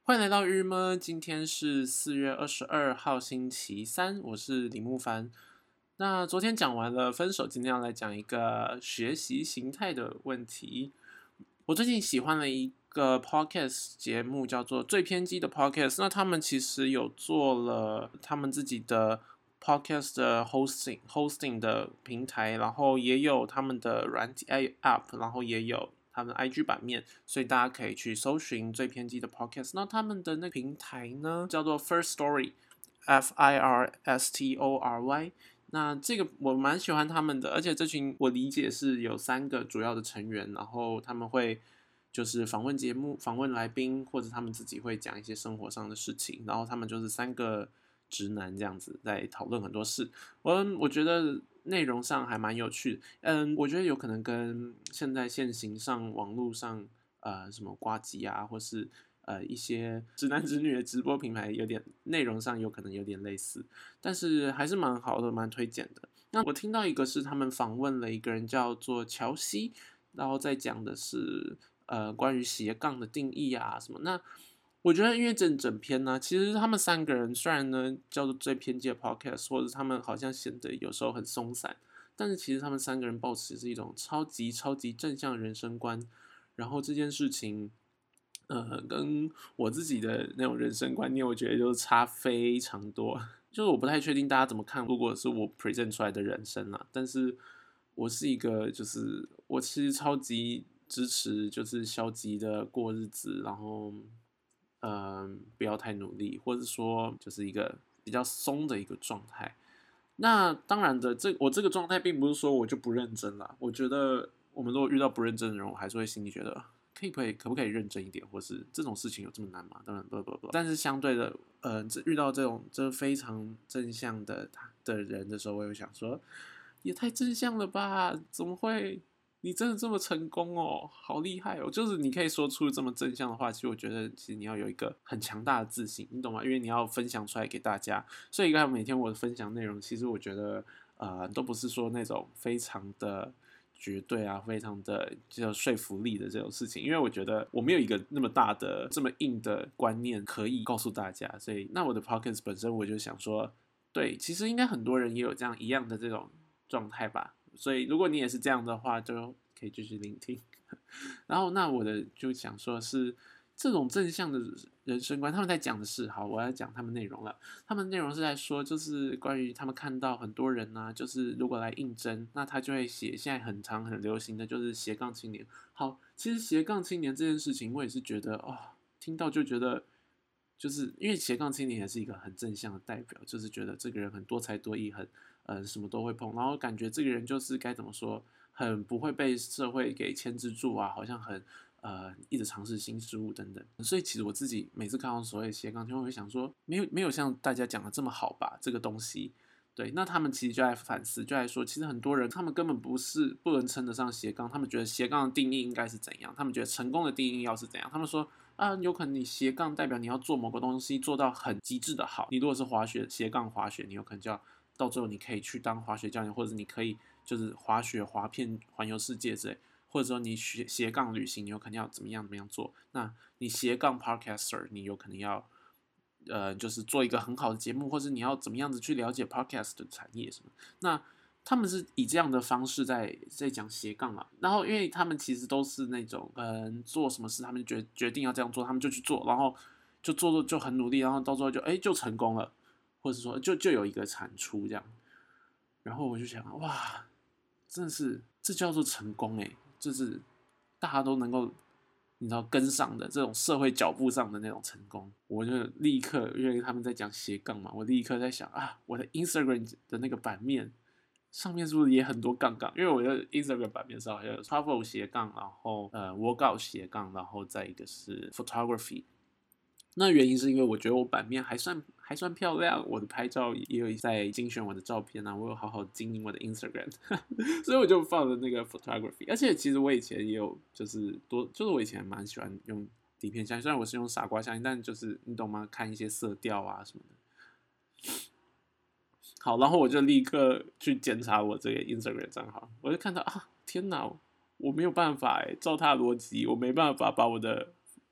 欢迎来到日么，今天是4月22号星期三，我是李木凡。那昨天讲完了分手，今天要来讲一个学习形态的问题。我最近喜欢了一个 podcast 节目，叫做最偏激的 podcast。那他们其实有做了他们自己的 podcast 的 hosting 的平台，然后也有他们的软体 app， 然后也有他们的 IG 版面，所以大家可以去搜寻最偏激的 podcast。那他们的那个平台呢，叫做 First Story，Firstory。那这个我蛮喜欢他们的，而且这群我理解是有3个主要的成员，然后他们会就是访问节目、访问来宾，或者他们自己会讲一些生活上的事情，然后他们就是3个直男这样子在讨论很多事。我觉得内容上还蛮有趣的，我觉得有可能跟现在现行上网络上什么呱吉啊，或是一些直男直女的直播平台有点内容上有可能有点类似，但是还是蛮好的，蛮推荐的。那我听到一个是他们访问了一个人叫做乔西，然后再讲的是关于斜杠的定义啊什么。那我觉得因为整篇呢，其实他们3个人虽然呢叫做最偏激的 podcast， 或者他们好像显得有时候很松散，但是其实他们3个人抱持是一种超级正向的人生观，然后这件事情跟我自己的那种人生观念，我觉得就差非常多。就是我不太确定大家怎么看，如果是我 present 出来的人生啦，但是我是一个，就是我其实超级支持，就是消极的过日子，然后不要太努力，或者说就是一个比较松的一个状态。那当然的，我这个状态并不是说我就不认真啦。我觉得我们如果遇到不认真的人，我还是会心里觉得可不可以认真一点，或是这种事情有这么难吗？当然不。但是相对的，遇到这种非常正向的人的时候，我会想说，也太正向了吧？怎么会？你真的这么成功哦，好厉害哦！就是你可以说出这么正向的话，其实我觉得，其实你要有一个很强大的自信，你懂吗？因为你要分享出来给大家，所以每天我的分享内容，其实我觉得，都不是说那种非常的绝对啊，非常的有说服力的这种事情，因为我觉得我没有一个那么大的、这么硬的观念可以告诉大家，所以那我的 podcast 本身我就想说，对，其实应该很多人也有这样一样的这种状态吧。所以如果你也是这样的话，就可以继续聆听。然后那我的就想说是这种正向的人生观，他们在讲的是，好，我要讲他们内容了。他们内容是在说，就是关于他们看到很多人啊，就是如果来应征，那他就会写现在很流行的就是斜杠青年。好，其实斜杠青年这件事情，我也是觉得听到就觉得。就是因为斜杠青年也是一个很正向的代表，就是觉得这个人很多才多艺，很什么都会碰，然后感觉这个人就是该怎么说，很不会被社会给牵制住啊，好像很一直尝试新事物等等。所以其实我自己每次看到所谓斜杠青年，我会想说，没有像大家讲的这么好吧，这个东西。对，那他们其实就在反思，就在说，其实很多人他们根本不能称得上斜杠，他们觉得斜杠的定义应该是怎样，他们觉得成功的定义要是怎样，他们说有可能你斜杠代表你要做某个东西做到很极致的好，你如果是斜杠滑雪，你有可能就要到最后你可以去当滑雪教练，或者你可以就是滑雪滑遍环游世界之类，或者说你斜杠旅行，你有可能要怎么样做，那你斜杠 podcaster， 你有可能要就是做一个很好的节目，或者你要怎么样子去了解 podcast 的产业什么。那他们是以这样的方式在讲斜杠嘛，然后因为他们其实都是那种做什么事，他们决定要这样做，他们就去做，然后就做就很努力，然后到最后就成功了，或者说就有一个产出这样。然后我就想，哇，真的是这叫做成功就是大家都能够你知道跟上的这种社会脚步上的那种成功，我就立刻因为他们在讲斜杠嘛，我立刻在想我的 Instagram 的那个版面上面是不是也很多杠杠？因为我的 Instagram 版面上好像有 travel 斜杠，然后workout 斜杠，然后再一个是 photography。那原因是因为我觉得我版面还算漂亮，我的拍照也有在精选我的照片啊，我有好好经营我的 Instagram， 所以我就放了那个 photography。而且其实我以前也有就是我以前蛮喜欢用底片相机，虽然我是用傻瓜相机，但就是你懂吗？看一些色调啊什么的。好，然后我就立刻去检查我这个 Instagram 账号，我就看到天哪，我没有办法照他的逻辑，我没办法把我的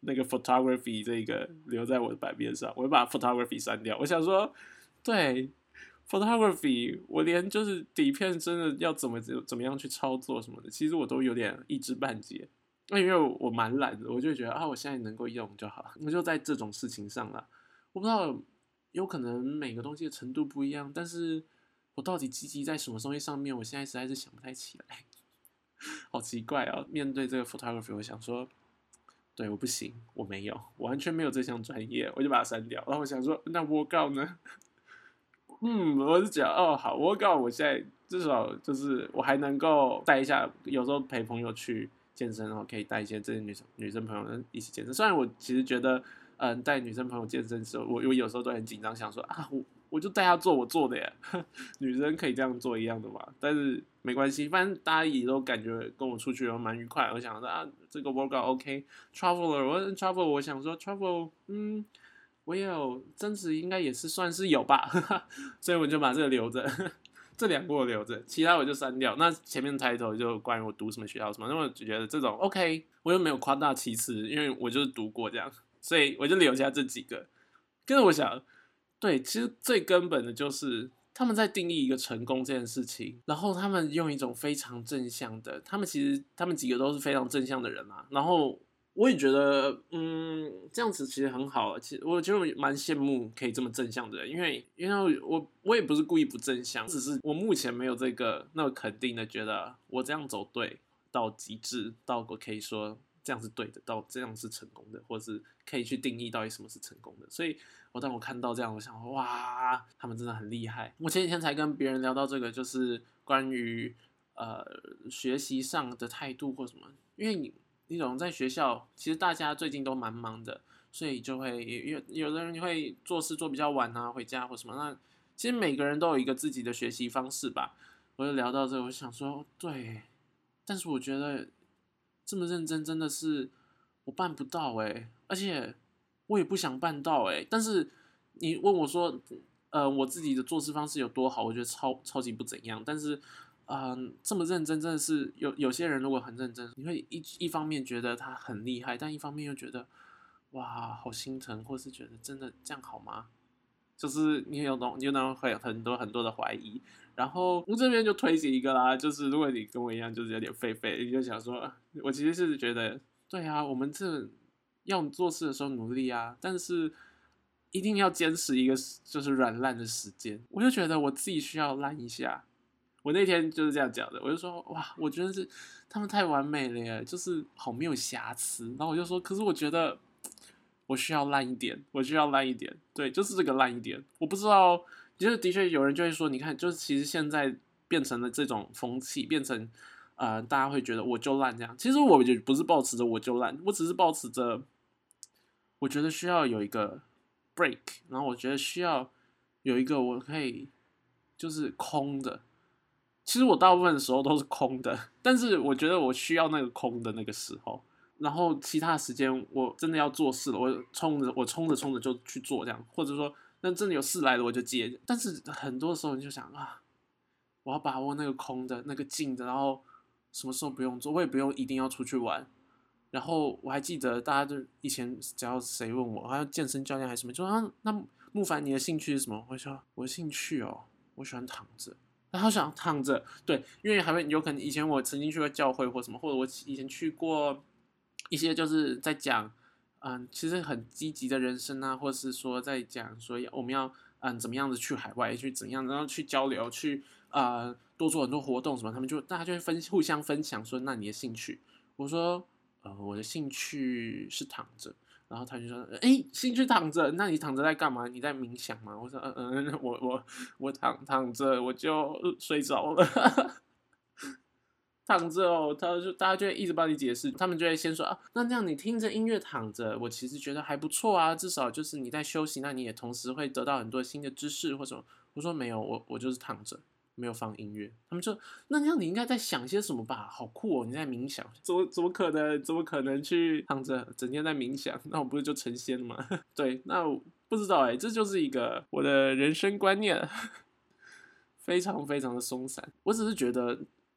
那个 photography 这个留在我的版面上，我会把 photography 删掉。我想说，对 photography， 我连就是底片真的要怎么样去操作什么的，其实我都有点一知半解。那因为我蛮懒的，我就觉得我现在能够用就好。我就在这种事情上啦，我不知道，有可能每个东西的程度不一样，但是我到底积极在什么东西上面，我现在实在是想不太起来，好奇怪啊！面对这个 photography， 我想说，对，我不行，我没有，我完全没有这项专业，我就把它删掉。然后我想说，那workout呢？我是讲好workout，我现在至少就是我还能够带一下，有时候陪朋友去健身，然后可以带一些这些女生朋友一起健身。虽然我其实觉得，带女生朋友健身的时候，我有时候都很紧张，想说我就带她做我做的耶，女生可以这样做一样的嘛。但是没关系，反正大家也都感觉跟我出去都蛮愉快。我想说这个 workout OK，traveler， 我想说 travel，我也有增值，应该也是算是有吧，所以我就把这个留着，这两个我留着，其他我就删掉。那前面抬头就关于我读什么学校什么，因为我就觉得这种 OK， 我又没有夸大其词，因为我就是读过这样，所以我就留下这几个。跟着我想，对，其实最根本的就是他们在定义一个成功这件事情，然后他们用一种非常正向的，他们几个都是非常正向的人嘛，然后我也觉得，这样子其实很好。其实我觉得蛮羡慕可以这么正向的人，因为我也不是故意不正向，只是我目前没有这个那么肯定的觉得我这样走对到极致，到我可以说这样是对的，到这样是成功的，或是可以去定义到底什么是成功的。所以当我看到这样，我想哇，他们真的很厉害。我前几天才跟别人聊到这个，就是关于学习上的态度或什么，因为你懂，在学校其实大家最近都蛮忙的，所以就会有的人会做事做比较晚啊，回家或什么。那其实每个人都有一个自己的学习方式吧。我就聊到这个，我就想说，对，但是我觉得这么认真真的是我办不到而且我也不想办到但是你问我说，我自己的做事方式有多好，我觉得超级不怎样，但是。这么认真真的是有些人如果很认真，你会一方面觉得他很厉害，但一方面又觉得哇好心疼，或是觉得真的这样好吗？就是你有会有很多的怀疑。然后我这边就推荐一个啦，就是如果你跟我一样就是有点废，你就想说，我其实是觉得对啊，我们这要做事的时候努力啊，但是一定要坚持一个就是软烂的时间。我就觉得我自己需要烂一下。我那天就是这样讲的，我就说哇，我觉得是他们太完美了耶，就是好没有瑕疵。然后我就说，可是我觉得我需要烂一点，对，就是这个烂一点。我不知道，就是的确有人就会说，你看，就是其实现在变成了这种风气，变成大家会觉得我就烂这样。其实我也不是抱持着我就烂，我只是抱持着我觉得需要有一个 break，然后我觉得需要有一个我可以就是空的。其实我大部分的时候都是空的，但是我觉得我需要那个空的那个时候，然后其他的时间我真的要做事了，我冲着就去做这样，或者说那真的有事来了我就接。但是很多时候你就想我要把握那个空的那个静的，然后什么时候不用做，我也不用一定要出去玩。然后我还记得大家就以前只要谁问我，好像健身教练还是什么，就说那木凡你的兴趣是什么？我说我的兴趣我喜欢躺着。然后想躺着，对，因为还会有可能以前我曾经去过教会或什么，或者我以前去过一些就是在讲，其实很积极的人生啊，或是说在讲说我们要怎么样子去海外，去怎样，然后去交流，去多做很多活动什么，大家就会互相分享说，那你的兴趣，我说我的兴趣是躺着。然后他就说：兴趣躺着，那你躺着在干嘛？你在冥想吗？我说：我躺着，我就睡着了。躺着大家就会一直帮你解释，他们就会先说那这样你听着音乐躺着，我其实觉得还不错啊，至少就是你在休息，那你也同时会得到很多新的知识或什么。我说没有，我就是躺着。没有放音乐，他们说那这样你应该在想些什么吧？好酷哦，你在冥想，怎么可能？怎么可能去躺着整天在冥想？那我不是就成仙了吗？对，那我不知道这就是一个我的人生观念，非常非常的松散。我只是觉得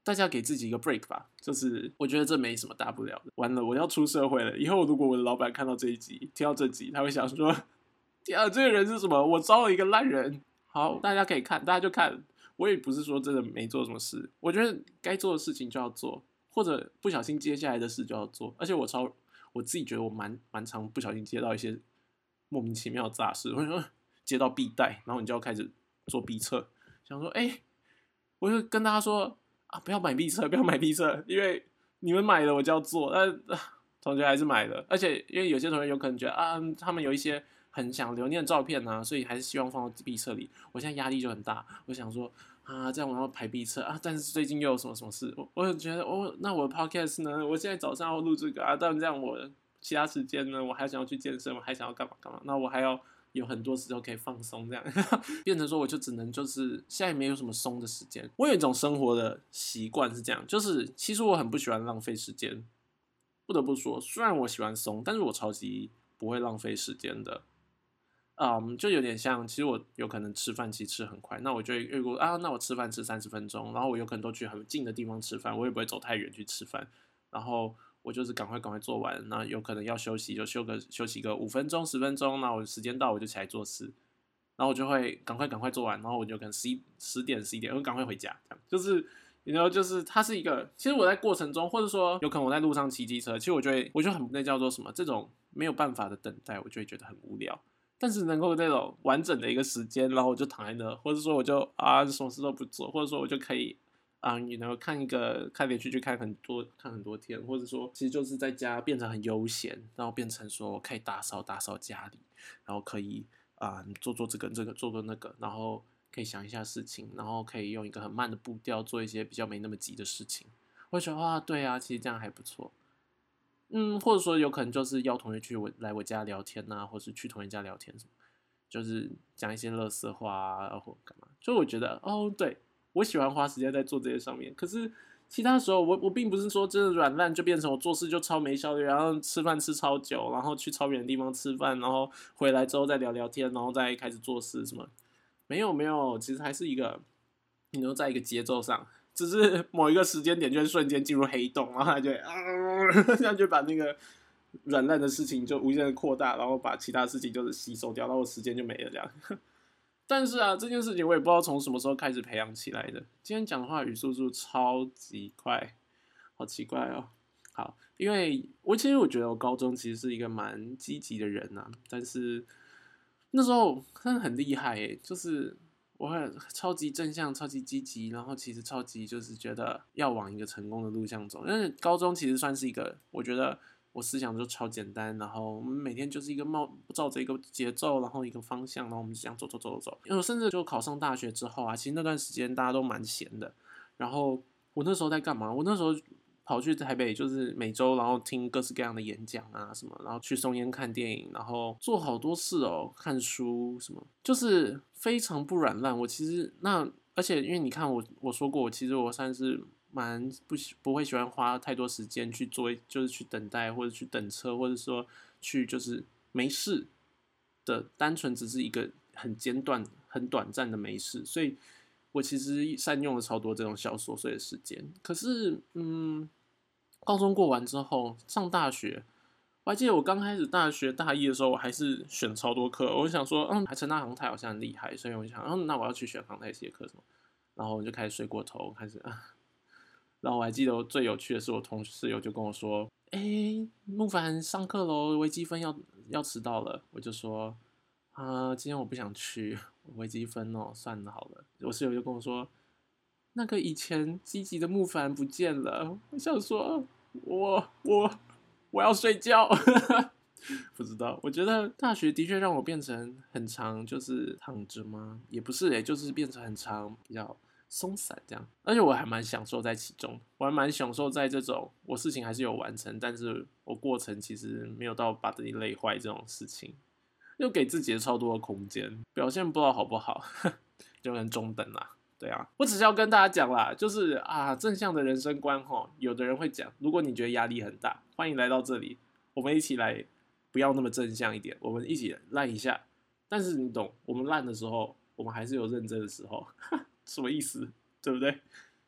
大家给自己一个 break 吧，就是我觉得这没什么大不了的。完了，我要出社会了，以后如果我的老板看到这一集，听到这集，他会想说：天啊，这个人是什么？我招了一个烂人。好，大家可以看，大家就看。我也不是说真的没做什么事，我觉得该做的事情就要做，或者不小心接下来的事就要做。而且我自己觉得我蛮常不小心接到一些莫名其妙的杂事，我说接到必贷，然后你就要开始做必测，想说我就跟大家说啊，不要买必测，不要买必测，因为你们买了我就要做，但同学还是买了，而且因为有些同学有可能觉得啊，他们有一些很想留念的照片啊，所以还是希望放到必测里。我现在压力就很大，我想说啊，这样我要排必测啊，但是最近又有什么事，我觉得那我的 podcast 呢？我现在早上要录这个啊，但这样我其他时间呢，我还想要去健身，我还想要干嘛，那我还要有很多时候可以放松，这样变成说我就只能就是现在没有什么松的时间。我有一种生活的习惯是这样，就是其实我很不喜欢浪费时间。不得不说，虽然我喜欢松，但是我超级不会浪费时间的。就有点像，其实我有可能吃饭其实吃很快，那我就会预估啊，那我吃饭吃30分钟，然后我有可能都去很近的地方吃饭，我也不会走太远去吃饭，然后我就是赶快做完，那有可能要休息就休息个5分钟10分钟，那我时间到我就起来做事，然后我就会赶快做完，然后我就可能10点11点，我赶快回家，这样就是就是它是一个，其实我在过程中，或者说有可能我在路上骑机车，其实我就很那叫做什么，这种没有办法的等待，我就会觉得很无聊。但是能够那种完整的一个时间，然后我就躺在那，或者说我就什么事都不做，或者说我就可以看连续剧看很多天，或者说其实就是在家变成很悠闲，然后变成说可以打扫家里，然后可以做这个做那个，然后可以想一下事情，然后可以用一个很慢的步调做一些比较没那么急的事情。我觉得对啊，其实这样还不错。或者说有可能就是邀同学来我家聊天啊，或是去同学家聊天什么，就是讲一些垃圾话啊，或干嘛。所以我觉得对，我喜欢花时间在做这些上面。可是其他时候我并不是说真的软烂就变成我做事就超没效率，然后吃饭吃超久，然后去超远的地方吃饭，然后回来之后再聊聊天，然后再开始做事什么。没有，其实还是一个你都在一个节奏上。只是某一个时间点就会瞬间进入黑洞，然后他就这样就把那个软烂的事情就无限的扩大，然后把其他事情就是吸收掉，然后时间就没了这样。但是这件事情我也不知道从什么时候开始培养起来的。今天讲话语速超级快，好奇怪哦。好，因为其实我觉得我高中其实是一个蛮积极的人啊，但是那时候真的很厉害耶，就是我很超级正向、超级积极，然后其实超级就是觉得要往一个成功的路向走。因为高中其实算是一个，我觉得我思想就超简单，然后我们每天就是一个照着一个节奏，然后一个方向，然后我们就这样走。因为我甚至就考上大学之后其实那段时间大家都蛮闲的。然后我那时候在干嘛？我那时候跑去台北，就是每周，然后听各式各样的演讲啊什么，然后去松烟看电影，然后做好多事看书什么，就是非常不软烂。我其实而且因为你看我说过，其实我算是蛮不会喜欢花太多时间去做，就是去等待或者去等车，或者说去就是没事的，单纯只是一个很短暂的没事，所以我其实善用了超多这种小琐碎的时间。可是高中过完之后上大学，我还记得我刚开始大学大一的时候，我还是选超多课。我想说，成大航太好像很厉害，所以我就想，那我要去选航太系的课什么。然后我就开始睡过头，开始然后我还记得我最有趣的是，我同室友就跟我说：木凡上课喽，微积分要迟到了。我就说今天我不想去，微积分算了好了。我室友就跟我说，那个以前积极的木凡不见了。我想说，我要睡觉。不知道，我觉得大学的确让我变成很长，就是躺着吗？也不是就是变成很长，比较松散这样。而且我还蛮享受在其中，我还蛮享受在这种我事情还是有完成，但是我过程其实没有到把自己累坏这种事情，又给自己超多的空间，表现不知道好不好，就很中等啦。对啊，我只是要跟大家讲啦，就是正向的人生观有的人会讲，如果你觉得压力很大，欢迎来到这里，我们一起来，不要那么正向一点，我们一起烂一下。但是你懂，我们烂的时候，我们还是有认真的时候，什么意思？对不对？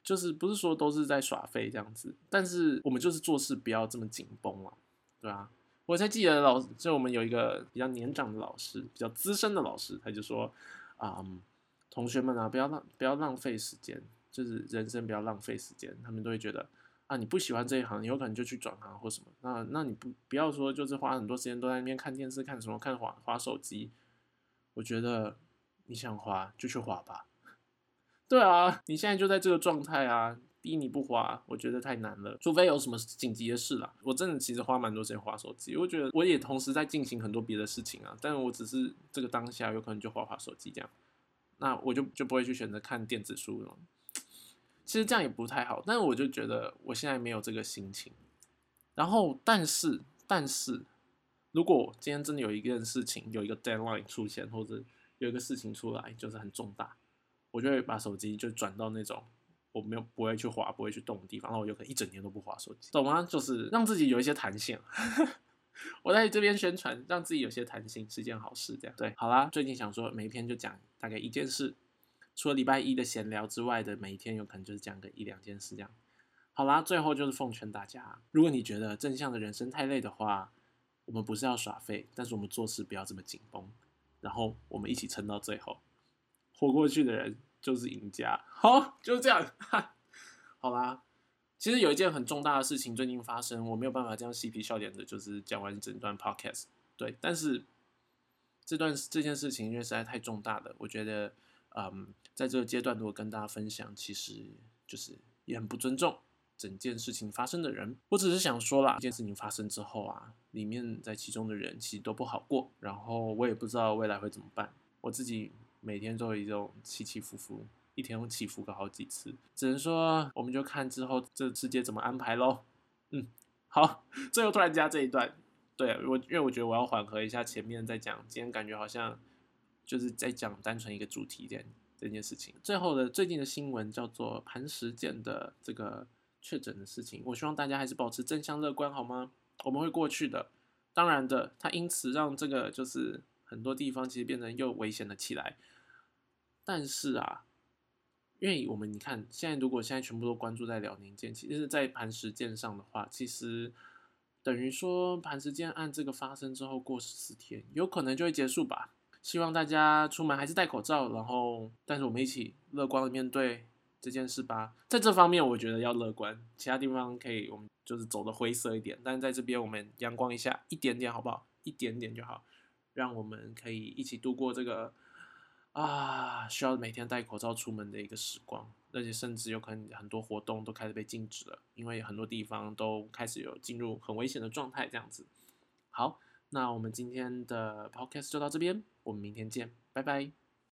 就是不是说都是在耍废这样子，但是我们就是做事不要这么紧绷啊，对啊。我才记得就我们有一个比较年长的老师，比较资深的老师，他就说同学们啊，不要浪费时间，就是人生不要浪费时间。他们都会觉得你不喜欢这一行，你有可能就去转行或什么。那你不要说就是花很多时间都在那边看电视，看什么看滑手机。我觉得你想滑就去滑吧。对啊，你现在就在这个状态啊，逼你不滑，我觉得太难了。除非有什么紧急的事啦，我真的其实花蛮多时间滑手机。我觉得我也同时在进行很多别的事情啊，但我只是这个当下有可能就滑手机这样，那我就不会去选择看电子书了。其实这样也不太好，但是我就觉得我现在没有这个心情。然后，但是，如果今天真的有一件事情，有一个 deadline 出现，或者有一个事情出来，就是很重大，我就会把手机就转到那种我不会去滑、不会去动的地方，然后我有可能一整天都不滑手机，懂吗？就是让自己有一些弹性。我在这边宣传，让自己有些弹性是件好事。这样对，好啦，最近想说每一篇就讲大概一件事，除了礼拜一的闲聊之外的每一天，有可能就是讲个1、2件事这样。好啦，最后就是奉劝大家，如果你觉得正向的人生太累的话，我们不是要耍废，但是我们做事不要这么紧绷，然后我们一起撑到最后，活过去的人就是赢家。好，就是这样。好啦，其实有一件很重大的事情最近发生，我没有办法这样嬉皮笑脸的，就是讲完整段 podcast。对，但是这件事情因为实在太重大了，我觉得，在这个阶段如果跟大家分享，其实就是也很不尊重整件事情发生的人。我只是想说啦，这件事情发生之后啊，里面在其中的人其实都不好过，然后我也不知道未来会怎么办。我自己每天都有一种起起伏伏，一天会起伏个好几次，只能说我们就看之后这世界怎么安排咯。好，最后突然加这一段。对，因为我觉得我要缓和一下前面在讲，今天感觉好像就是在讲单纯一个主题这件事情。最近的新闻叫做磐石舰的这个确诊的事情，我希望大家还是保持正向乐观好吗？我们会过去的。当然的，它因此让这个就是很多地方其实变得又危险了起来。但是啊，因为你看，如果现在全部都关注在辽宁舰，其实在磐石舰上的话，其实等于说磐石舰案这个发生之后过14天，有可能就会结束吧。希望大家出门还是戴口罩，但是我们一起乐观的面对这件事吧。在这方面，我觉得要乐观，其他地方我们就是走的灰色一点，但是在这边我们阳光一下，一点点好不好？一点点就好，让我们可以一起度过这个需要每天戴口罩出门的一个时光，而且甚至有可能很多活动都开始被禁止了，因为很多地方都开始有进入很危险的状态，这样子。好，那我们今天的 podcast 就到这边，我们明天见，拜拜。